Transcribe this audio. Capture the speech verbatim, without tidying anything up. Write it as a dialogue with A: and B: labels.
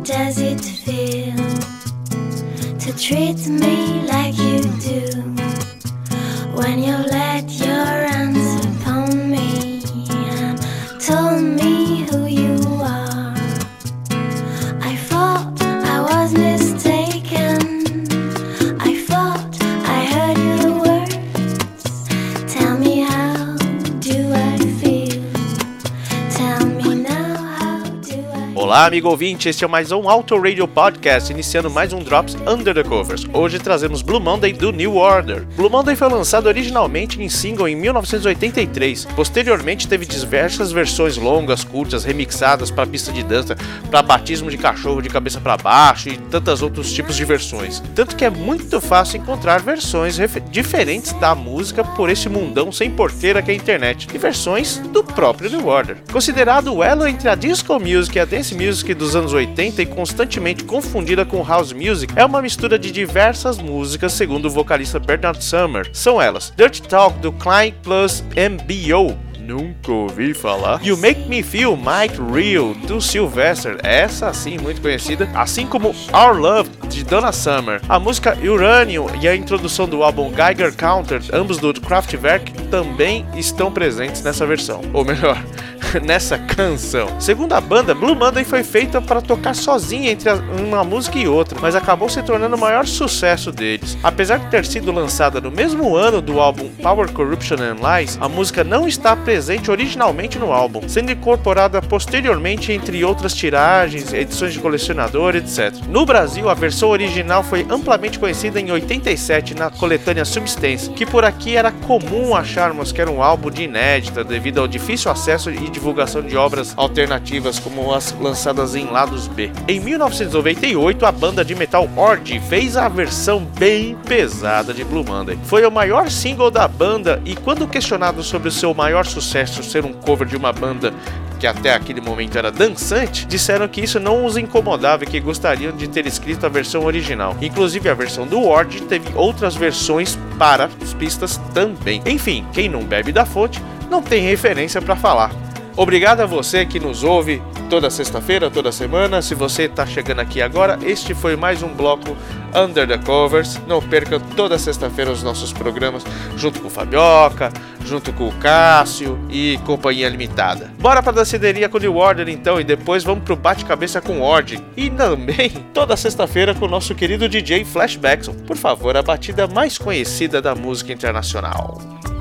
A: does it feel to treat me like you do when you let your hands upon me and told me who you are? I thought I was mistaken. I thought I heard your words. Tell me, how do I feel? Tell me now, how do I feel?
B: Olá, amigo ouvinte, este é mais um Auto Radio Podcast, iniciando mais um Drops Under the Covers. Hoje trazemos Blue Monday do New Order. Blue Monday foi lançado originalmente em single em mil novecentos e oitenta e três. Posteriormente teve diversas versões longas, curtas, remixadas para pista de dança, para batismo de cachorro de cabeça para baixo e tantos outros tipos de versões. Tanto que é muito fácil encontrar versões diferentes da música por esse mundão sem porteira que é a internet, e versões do próprio New Order. Considerado o elo entre a disco music e a dance music dos anos oitenta e constantemente confundida com house music, é uma mistura de diversas músicas, segundo o vocalista Bernard Sumner. São elas Dirty Talk do Klein plus M B O, nunca ouvi falar. You Make Me Feel Mike Real do Sylvester, essa sim muito conhecida, assim como Our Love de Donna Summer. A música Uranium e a introdução do álbum Geiger Counter, ambos do Kraftwerk, também estão presentes nessa versão, ou melhor, nessa canção. Segundo a banda, Blue Monday foi feita para tocar sozinha entre uma música e outra, mas acabou se tornando o maior sucesso deles. Apesar de ter sido lançada no mesmo ano do álbum Power, Corruption and Lies, a música não está presente originalmente no álbum, sendo incorporada posteriormente entre outras tiragens, edições de colecionador, etcétera. No Brasil, a versão original foi amplamente conhecida em oitenta e sete na coletânea Substance, que por aqui era comum acharmos que era um álbum de inédita devido ao difícil acesso e divulgação de obras alternativas como as lançadas em lados B. Em mil novecentos e noventa e oito, a banda de metal Orgy fez a versão bem pesada de Blue Monday. Foi o maior single da banda e, quando questionado sobre o seu maior sucesso ser um cover de uma banda que até aquele momento era dançante, disseram que isso não os incomodava e que gostariam de ter escrito a versão original. Inclusive, a versão do Orgy teve outras versões para as pistas também. Enfim, quem não bebe da fonte não tem referência para falar. Obrigado a você que nos ouve toda sexta-feira, toda semana. Se você está chegando aqui agora, este foi mais um bloco Under the Covers. Não perca toda sexta-feira os nossos programas, junto com o Fabioca, junto com o Cássio e Companhia Limitada. Bora pra danceteria com o New Order então, e depois vamos pro bate-cabeça com o Orgy. E também toda sexta-feira com o nosso querido D J Flashbackson. Por favor, a batida mais conhecida da música internacional.